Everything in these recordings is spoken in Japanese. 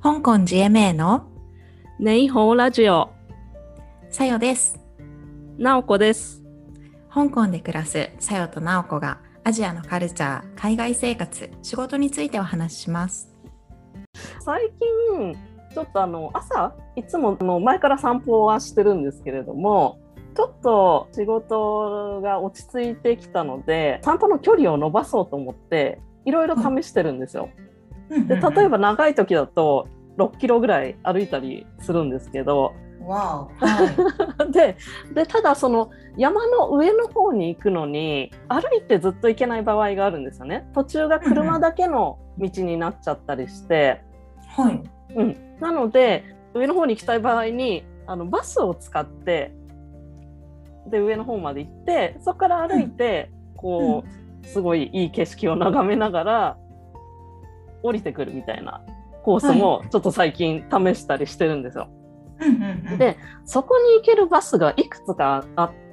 香港 GMA のネイホーラジオ、 さよです。 ナオコです。 香港で暮らすさよとなおこがアジアのカルチャー、海外生活、仕事についてお話しします。 最近ちょっと朝いつも前から散歩はしてるんですけれども、ちょっと仕事が落ち着いてきたので散歩の距離を伸ばそうと思っていろいろ試してるんですよ。で例えば長い時だと6キロぐらい歩いたりするんですけど、 わお、はい、 でただその山の上の方に行くのに歩いてずっと行けない場合があるんですよね。途中が車だけの道になっちゃったりして、 はいなので上の方に行きたい場合にバスを使ってで上の方まで行ってそこから歩いて、こうすごいいい景色を眺めながら降りてくるみたいなコースもちょっと最近試したりしてるんですよ。でそこに行けるバスがいくつかあって、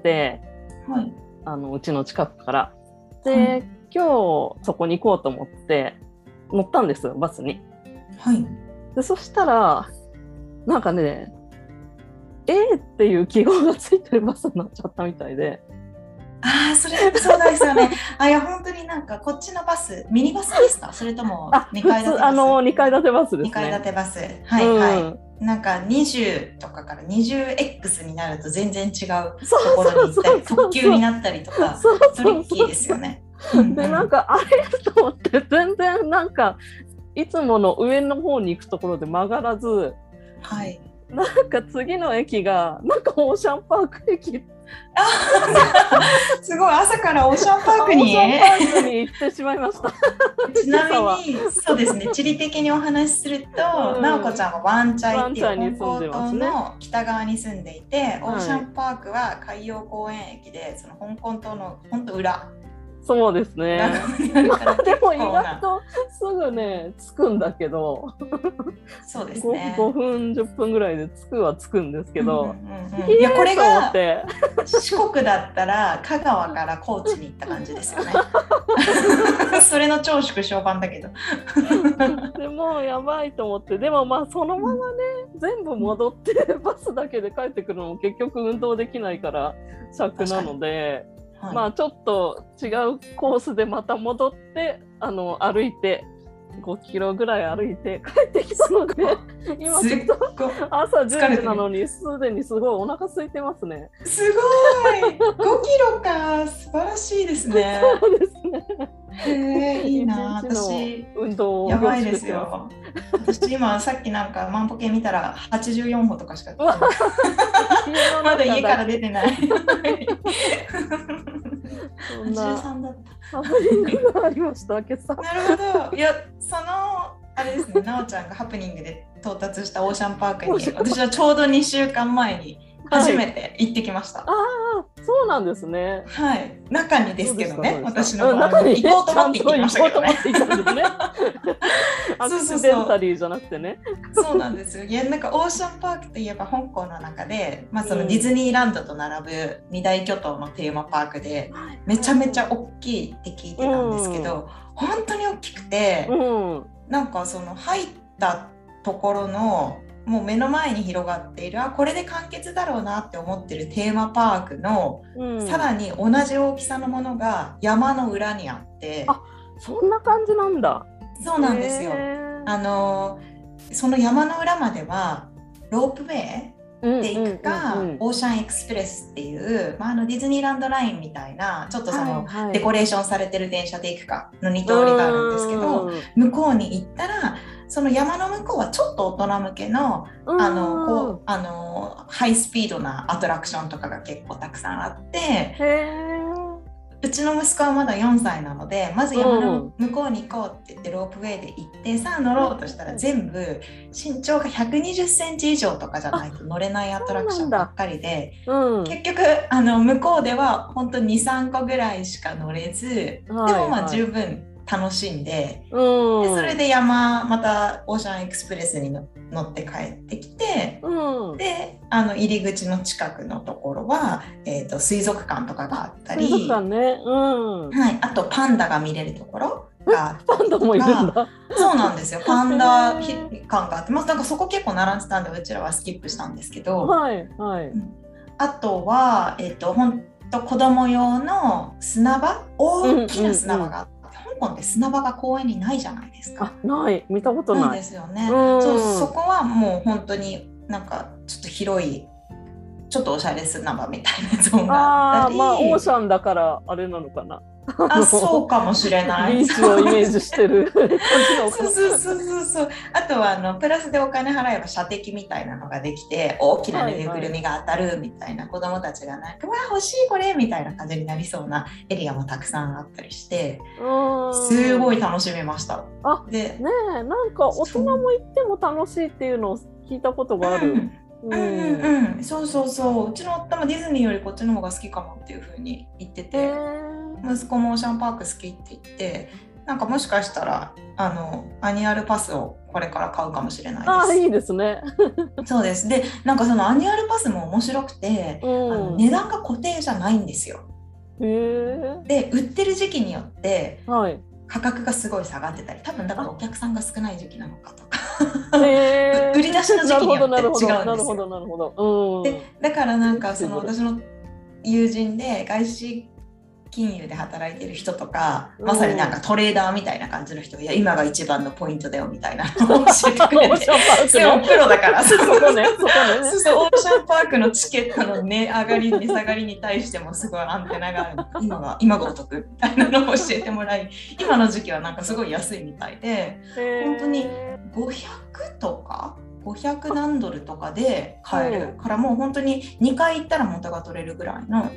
はい、 うちの近くからで、今日そこに行こうと思って乗ったんですよ、バスに。 はい、 でそしたらなんかね A っていう記号がついてるバスになっちゃったみたいで、 それそうですよね。いや本当になんかこっちのバスミニバスですか、それとも2階建てバス 2階建てバスですね。 2階建てバス、はい、はい、なんか20とかから 20X になると全然違うところに行ったり特急になったりとかトリッキーですよね。 でなんかあれと思って全然なんかいつもの上の方に行くところで曲がらず、 はい、 なんか次の駅がなんかオーシャンパーク駅すごい朝からオーシャンパークに行ってしまいました。 ちなみにそうですね、地理的にお話しすると、なおこちゃんはワンチャイっていう香港島の北側に住んでいて、オーシャンパークは海洋公園駅でその香港島の本当裏。 そうですね。でも意外とすぐね着くんだけど、 そうですね。 5分10分ぐらいで着くんですけど、 いやこれが四国だったら香川から高知に行った感じですよね。それの超縮小版だけど。 でもやばいと思って、でもまあそのままね、全部戻ってバスだけで帰ってくるのも結局運動できないから尺なので。はい、まあちょっと違うコースでまた戻って歩いて5キロぐらい歩いて帰ってきたので今ちょっと朝10時なのにすでにすごいお腹空いてますね。 すごい5キロか、素晴らしいですね。 そうですね。 いいな。私運動やばいですよ。私今さっきなんか万歩計見たら84歩とかしかまだ家から出てない。 そんな 83だった。 ハプニングがありました今朝。 なるほど。いやそのあれですね、なおちゃんがハプニングで到達したオーシャンパークに私はちょうど2週間前に初めて行ってきました。 はい、そうなんですね。 はい。中にですけどね、私の中に行こうと思って行ってきましたけどね。 アクシデンタリーじゃなくてね。 そうなんですよ。いやなんかオーシャンパークといえば香港の中で、そのディズニーランドと並ぶ二大巨頭のテーマパークでめちゃめちゃ大きいって聞いてたんですけど、本当に大きくて、なんかその入ったところのもう目の前に広がっているこれで完結だろうなって思ってるテーマパークの、さらに同じ大きさのものが山の裏にあって。 そんな感じなんだ。 そうなんですよ。その山の裏まではロープウェイで行くか、オーシャンエクスプレスっていう、ディズニーランドラインみたいなちょっとその、デコレーションされてる電車で行くかの2通りがあるんですけど、向こうに行ったらその山の向こうはちょっと大人向けのハイスピードなアトラクションとかが結構たくさんあって、うちの息子はまだ4歳なので、まず山の向こうに行こうって言ってロープウェイで行って、さあ乗ろうとしたら全部身長が120センチ以上とかじゃないと乗れないアトラクションばっかりで、結局向こうでは本当に 2,3 個ぐらいしか乗れず、でも十分楽しんで、でそれでまたオーシャンエクスプレスに乗って帰ってきて、で入り口の近くのところは、水族館とかがあったり、 水族館ね、 はい、あとパンダが見れるところがパンダもいるんだ。 そうなんですよ。パンダ感があって、なんかそこ結構並んでたんでうちらはスキップしたんですけど、 はいはい。 あとは本当子供用の砂場、大きな砂場があって、香港って砂場が公園にないじゃないですか。 ない、見たことない。 ないですよね。そこはもう本当になんかちょっと広い、ちょっとおしゃれ砂場みたいなゾーンがあったり。 オーシャンだからあれなのかな。 そうかもしれない。 ビーチをイメージしてるそう。あとはプラスでお金払えば射的みたいなのができて、大きなぬいぐるみが当たるみたいな、子供たちがなんか「わあ欲しいこれ」みたいな感じになりそうなエリアもたくさんあったりして、すごい楽しめました。 でねえ、なんか大人も行っても楽しいっていうのを聞いたことがある。そう。 うちの夫もディズニーよりこっちの方が好きかもっていう風に言ってて、息子もオーシャンパーク好きって言って、なんかもしかしたらアニュアルパスをこれから買うかもしれないです。 いいですね。 そうです。で、なんかそのアニュアルパスも面白くて、値段が固定じゃないんですよ。で、売ってる時期によって、価格がすごい下がってたり、多分だからお客さんが少ない時期なのかとか売り出しの時期によって違うんですよ。 なるほど。 で、だからなんかその私の友人で外資金融で働いてる人とか、まさになんかトレーダーみたいな感じの人、いや今が一番のポイントだよみたいなのを教えてくれてそれもプロだからそこねオーシャンパークのチケットの値上がり値下がりに対してもすごいアンテナがある、今がお得みたいなのを教えてもらい、今の時期はなんかすごい安いみたいで、本当に500とか500何ドルとかで買えるから、もう本当に2回行ったら元が取れるぐらいの。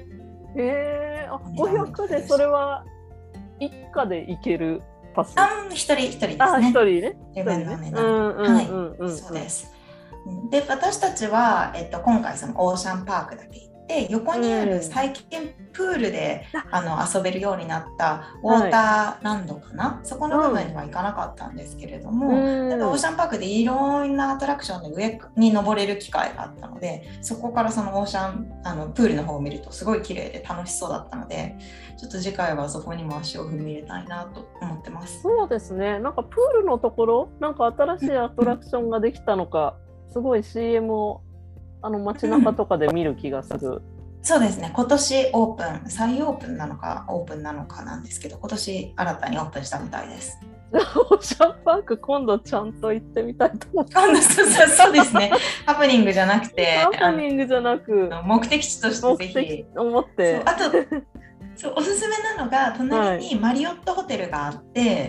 500でそれは一家で行けるパス？ 一人ですね。 一人ね。 自分の値段。そうです。で、私たちは今回そのオーシャンパークだけ行って、横にある最近プールで遊べるようになったウォーターランドかな、そこの部分には行かなかったんですけれども、オーシャンパークでいろんなアトラクションで上に登れる機会があったので、そこからそのオーシャンプールの方を見るとすごい綺麗で楽しそうだったので、ちょっと次回はそこにも足を踏み入れたいなと思ってます。 そうですね。なんかプールのところ、なんか新しいアトラクションができたのか、すごい CM を街中とかで見る気がする。 そうですね。今年オープン、再オープンなのかオープンなのかなんですけど、今年新たにオープンしたみたいです。 オーシャンパーク今度ちゃんと行ってみたいと思って。 そうですね。ハプニングじゃなくて、 ハプニングじゃなく目的地としてぜひ思って。 あとおすすめなのが隣にマリオットホテルがあって、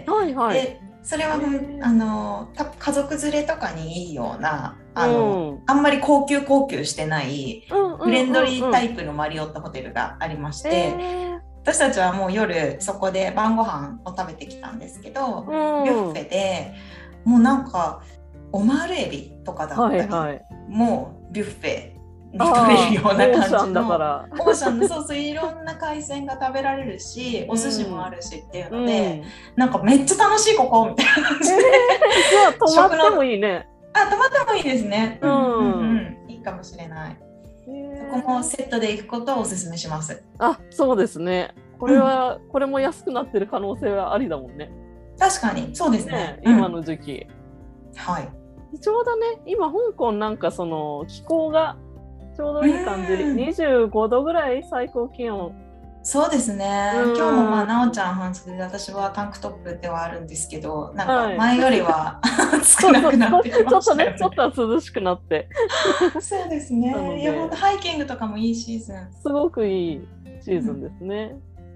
でそれは家族連れとかにいいようなあんまり高級してないフレンドリータイプのマリオットホテルがありまして、私たちはもう夜そこで晩ご飯を食べてきたんですけど、ビュッフェでもうなんかオマールエビとかだったり、もうビュッフェに取れるような感じのオーシャンのそういろんな海鮮が食べられるし、お寿司もあるしっていうので、なんかめっちゃ楽しいここみたいな感じで、 泊まってもいいね。 泊まってもいいですね。いいかもしれない。そこもセットで行くことをおすすめします。 そうですね。これも安くなってる可能性はありだもんね。 確かにそうですね。 今の時期。 ちょうどね、今香港なんかその気候がちょうどいい感じで25度ぐらい最高気温。 そうですね。今日もなおちゃん半袖で、私はタンクトップではあるんですけど、なんか前よりは少なくなってきましたね。 ちょっと涼しくなって。 そうですね。いや本当ハイキングとかもいいシーズン。 すごくいいシーズンですね。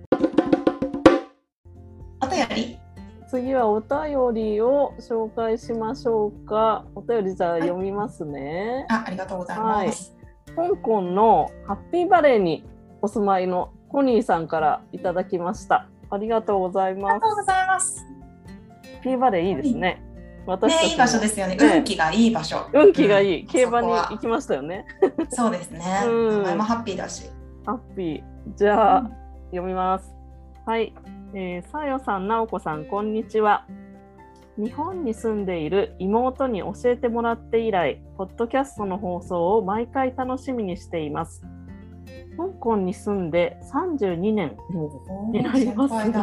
お便り？ 次はお便りを紹介しましょうか。お便りじゃあ読みますね。 ありがとうございます。 香港のハッピーバレーにお住まいのコニーさんからいただきました。ありがとうございます。 ありがとうございます。 ハッピーバレーいいですね。 いい場所ですよね。運気がいい場所。 運気がいい。競馬に行きましたよね。 そうですね。名前もハッピーだし。 ハッピー。じゃあ、読みます。はい。さよさん、なおこさん、こんにちは。日本に住んでいる妹に教えてもらって以来、ポッドキャストの放送を毎回楽しみにしています。香港に住んで32年になりますが、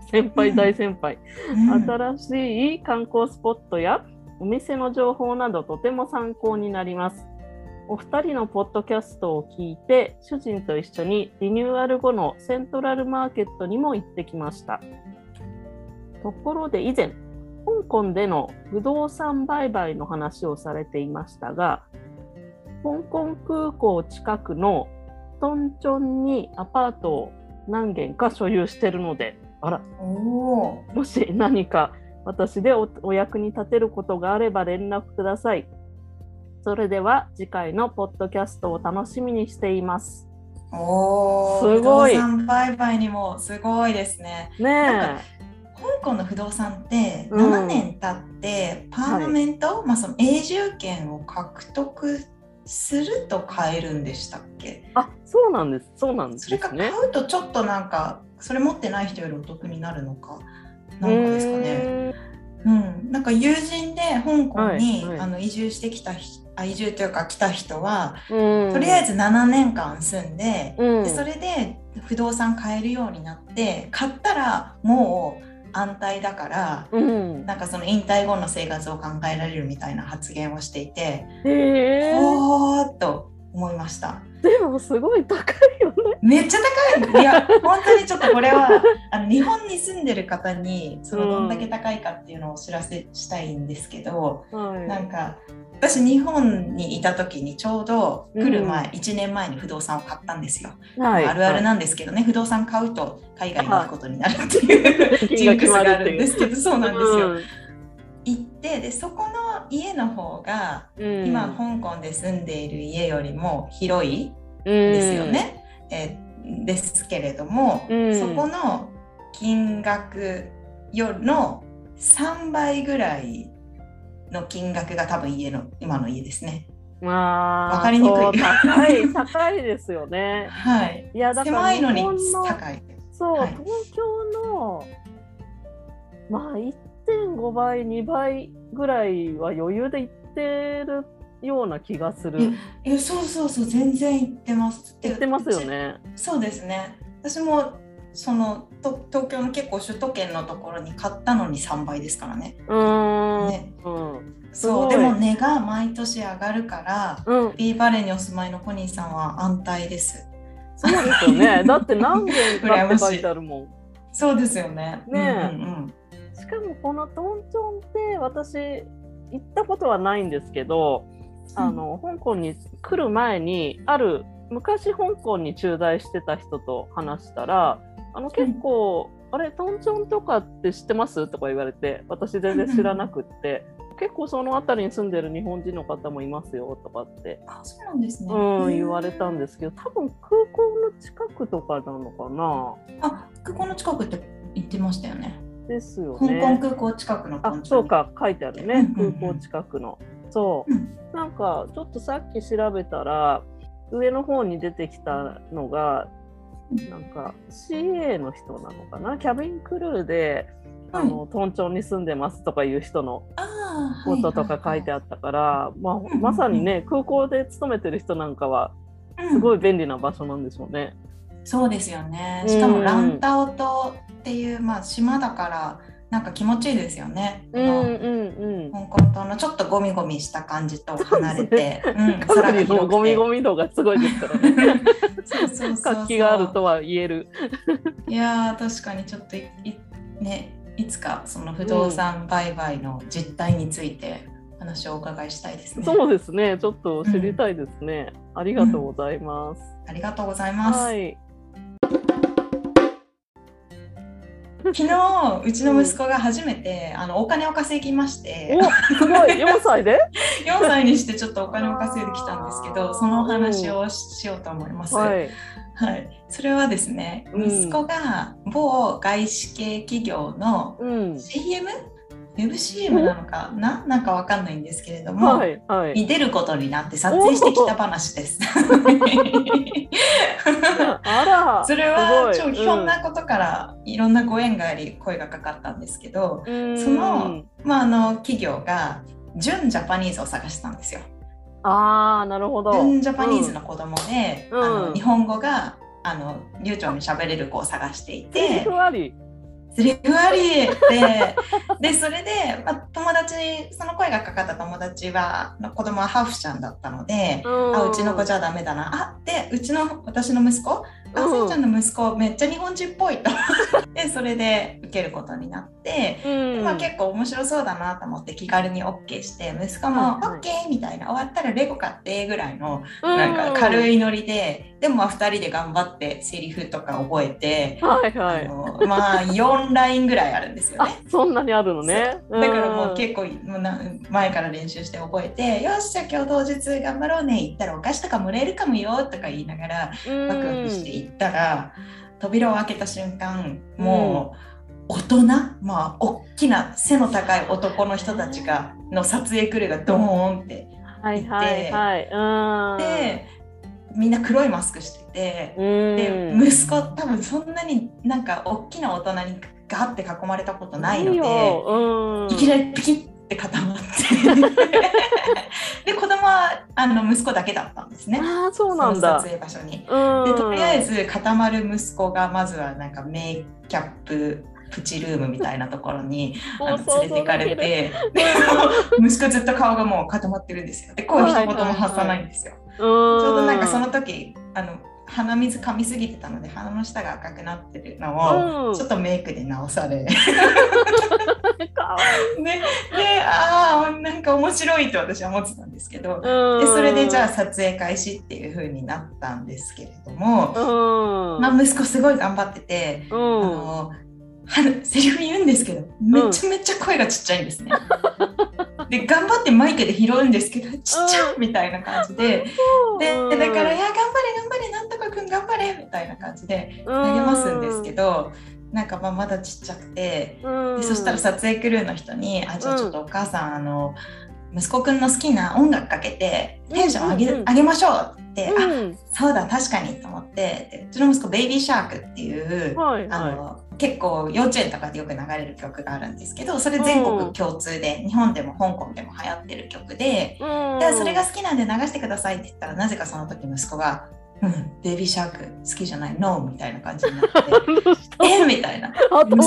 先輩大先輩、 うん、 新しい観光スポットやお店の情報などとても参考になります。お二人のポッドキャストを聞いて、主人と一緒にリニューアル後のセントラルマーケットにも行ってきました。ところで以前、香港での不動産売買の話をされていましたが、香港空港近くのトンチョンにアパートを何軒か所有しているので、あら、もし何か私で お役に立てることがあれば連絡ください。それでは次回のポッドキャストを楽しみにしています。 おー、 すごい。 不動産売買にもすごいですね。 ねえ。 なんか香港の不動産って7年経ってパーマメント、その永住権を獲得すると買えるんでしたっけ？ あ、そうなんです。そうなんですね。 それか買うとちょっとなんかそれ持ってない人よりお得になるのかなんかですかね。なんか友人で香港に、移住してきた移住というか来た人は、とりあえず7年間住んで、でそれで不動産買えるようになって買ったらもう安泰だから、なんかその引退後の生活を考えられるみたいな発言をしていて、ほーっと思いました。 でもすごい高いよね。 めっちゃ高い。いや本当にちょっとこれは日本に住んでる方にそのどんだけ高いかっていうのをお知らせしたいんですけど、なんか私日本にいた時にちょうど来る前、1年前に不動産を買ったんですよ。あるあるなんですけどね、不動産買うと海外に行くことになるっていうジンクスがあるんですけど、そうなんですよ。行ってでそこの家の方が、今香港で住んでいる家よりも広いですよね、ですけれども、そこの金額の3倍ぐらいの金額が多分今の家ですね。わかりにくい。 高いですよね。 はい。いやだから狭いのに高い。 そう、東京の1.5 倍2倍ぐらいは余裕でいってるような気がする。 そう全然いってます。 いってますよね。 そうですね。私もその東京の結構首都圏のところに買ったのに3倍ですからね。そうでも値が毎年上がるから、ビーバレーにお住まいのコニーさんは安泰です。 そうですよね。だって何軒かって書いてあるもん。 そうですよね。 しかもこのトンチョンって私行ったことはないんですけど、香港に来る前に昔香港に駐在してた人と話したら、結構、あれトンチョンとかって知ってますとか言われて、私全然知らなくって、結構その辺りに住んでる日本人の方もいますよとかって、 そうなんですね。 言われたんですけど、多分空港の近くとかなのかな。 空港の近くって言ってましたよね。 ですよね。 香港空港近くのトンチョン。 そうか、書いてあるね、空港近くの。そう、なんかちょっとさっき調べたら上の方に出てきたのがなんか CA の人なのかな、キャビンクルーでトンチョンに住んでますとかいう人のこととか書いてあったから、まさにね、空港で勤めてる人なんかはすごい便利な場所なんでしょうね。 そうですよね。しかもランタオ島っていう、島だからなんか気持ちいいですよね。香港島のちょっとゴミゴミした感じと離れて、 空が広くてゴミゴミ度がすごいですからね。活気があるとは言える。 いや確かにちょっといつかその不動産売買の実態について話をお伺いしたいですね。 そうですね。ちょっと知りたいですね。ありがとうございます。 ありがとうございます。昨日うちの息子が初めてお金を稼ぎまして、 すごい4歳で 4歳にしてちょっとお金を稼いできたんですけど、そのお話をしようと思います。それはですね、息子が某外資系企業の CM、ウェブ CM なのかな、なんかわかんないんですけれども、に出ることになって撮影してきた話です。それは超ひょんなことからいろんなご縁があり声がかかったんですけど、その、企業が純ジャパニーズを探したんですよ。 なるほど。 純ジャパニーズの子供で、日本語が流暢に喋れる子を探していて、 セリフありでそれで、友達、その声がかかった友達の子供はハーフちゃんだったので、うちの子じゃダメだな、で私の息子、せいちゃんの息子めっちゃ日本人っぽいとでそれで受けることになって、結構面白そうだなと思って気軽に OK して、息子も OK みたいな、終わったらレゴ買ってぐらいのなんか軽いノリで、でも2人で頑張ってセリフとか覚えて、4ラインぐらいあるんですよね。 そんなにあるのね。 だからもう結構前から練習して覚えて、よしじゃあ今日当日頑張ろうね、行ったらお菓子とかもらえるかもよとか言いながらワクワクして行ったら、扉を開けた瞬間、もう大人、大きな背の高い男の人たちの撮影クルーがドーンっていて、でみんな黒いマスクしてて、で息子多分そんなになんか大きな大人にガーって囲まれたことないので、いきなりピキッて固まってで子供は息子だけだったんですね。 そうなんだ。 その撮影場所に。でとりあえず固まる息子がまずはなんかメイキャッププチルームみたいなところに連れて行かれて、息子ずっと顔がもう固まってるんですよ。で声一言も発さないんですよ。ちょうどなんかその時鼻水噛みすぎてたので鼻の下が赤くなってるのをちょっとメイクで直されなんか面白いと私は思ってたんですけど、でそれでじゃあ撮影開始っていう風になったんですけれども、息子すごい頑張ってて、セリフ言うんですけどめちゃめちゃ声がちっちゃいんですね。で頑張ってマイクで拾うんですけどちっちゃいみたいな感じで、だからいや頑張れなんとかくん頑張れみたいな感じで励ますんですけど、なんかまだちっちゃくて、でそしたら撮影クルーの人にじゃあちょっとお母さん息子くんの好きな音楽かけてテンション上げましょうって、そうだ確かにと思って、うちの息子ベイビーシャークっていう、結構幼稚園とかでよく流れる曲があるんですけど、それ全国共通で、日本でも香港でも流行ってる曲で、それが好きなんで流してくださいって言ったら、なぜかその時息子がベイビーシャーク好きじゃない No みたいな感じになってみたいな、息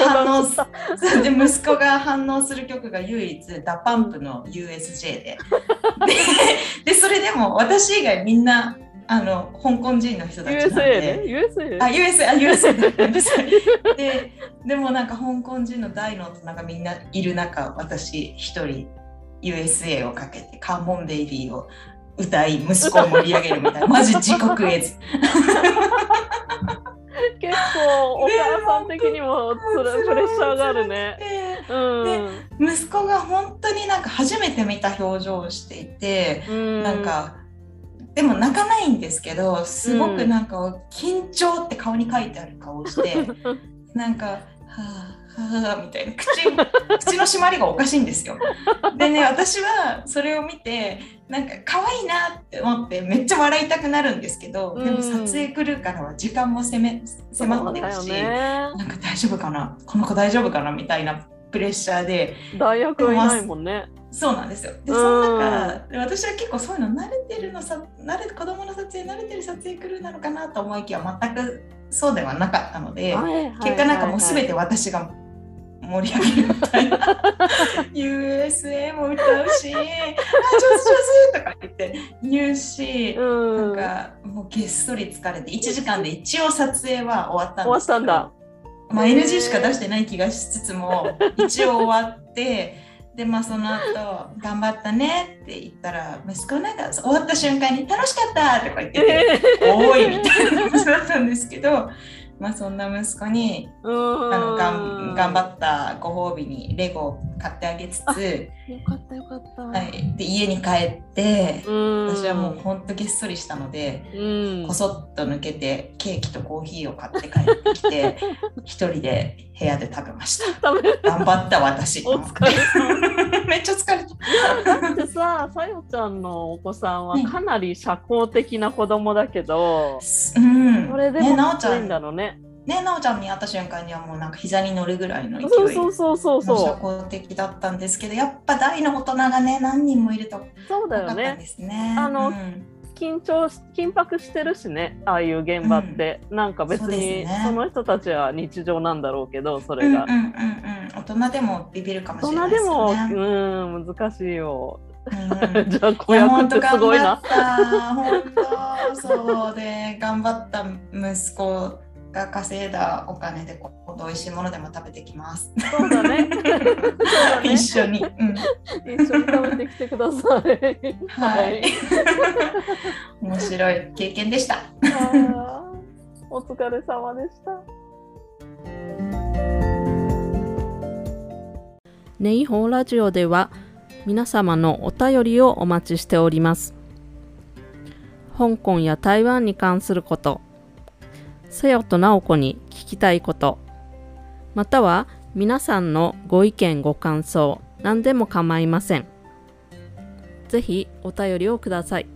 子が反応する曲が唯一ダパンプの USJ でそれでも私以外みんな香港人の人たちなんで USA だったんですでもなんか香港人の大の大人がみんないる中、私一人 USA をかけてカモンベイビーを歌い息子を盛り上げるみたいなマジ自国絵図結構お母さん的にもプレッシャーがあるね。 で息子が本当になんか初めて見た表情をしていて、なんかでも泣かないんですけど、すごくなんか緊張って顔に書いてある顔をしてなんかはぁみたいな口の締まりがおかしいんですよ。でね、私はそれを見てなんか可愛いなって思ってめっちゃ笑いたくなるんですけど、でも撮影来るからは時間も迫ってるし、なんか大丈夫かな、この子大丈夫かなみたいなプレッシャーで、 大学はいないもんね。 そうなんですよ。でその中で私は結構そういうの慣れてる子供の撮影慣れてる撮影クルーなのかなと思いきや全くそうではなかったので、結果なんかもう全て私が盛り上げるみたいなUSA も歌うし上手とか言うし、なんかもうげっそり疲れて1時間で一応撮影は終わったんですけど、NG しか出してない気がしつつも一応終わってでその後頑張ったねって言ったら息子なんか終わった瞬間に楽しかったとか言ってて、おーいみたいな感じだったんですけど、そんな息子に頑張ったご褒美にレゴを買ってあげつつ、 よかった、 で家に帰って私はもうほんとげっそりしたので、こそっと抜けてケーキとコーヒーを買って帰ってきて一人で部屋で食べました。頑張った私。 お疲れめっちゃ疲れた。だってさよちゃんのお子さんはかなり社交的な子供だけど、それでもなおちゃんだろうね。 なおちゃんに会った瞬間にはもうなんか膝に乗るぐらいの勢いの社交的だったんですけど、やっぱ大の大人がね何人もいるとそうだよね。 ですね。 付緊迫してるしね、ああいう現場って、なんか別にその人たちは日常なんだろうけど、それが、 大人でもビビるかもしれないですよね。 大人でも難しいよ。じゃあ子役ってすごいな。 本当そうで、頑張った息子が稼いだお金で美味しいものでも食べてきます。 そうだね。 一緒に、 一緒に食べてきてください。 はい。面白い経験でした。 お疲れ様でした。ネイホーラジオでは皆様のお便りをお待ちしております。香港や台湾に関すること、せよとなおこに聞きたいこと、または皆さんのご意見ご感想、何でも構いません。ぜひお便りをください。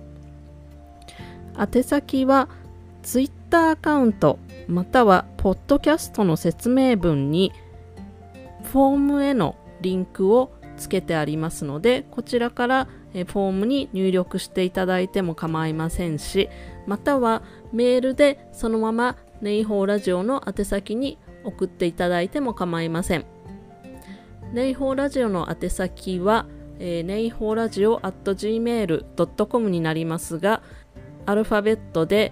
宛先は Twitter アカウントまたはポッドキャストの説明文にフォームへのリンクをつけてありますので、こちらからフォームに入力していただいても構いませんし、またはメールでそのままネイホーラジオの宛先に送っていただいても構いません。ネイホーラジオの宛先は、ネイホーラジオ @gmail.com になりますが、アルファベットで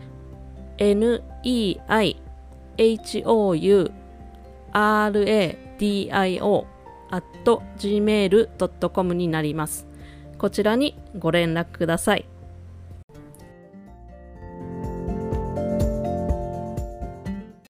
neihouradio@gmail.com になります。こちらにご連絡ください。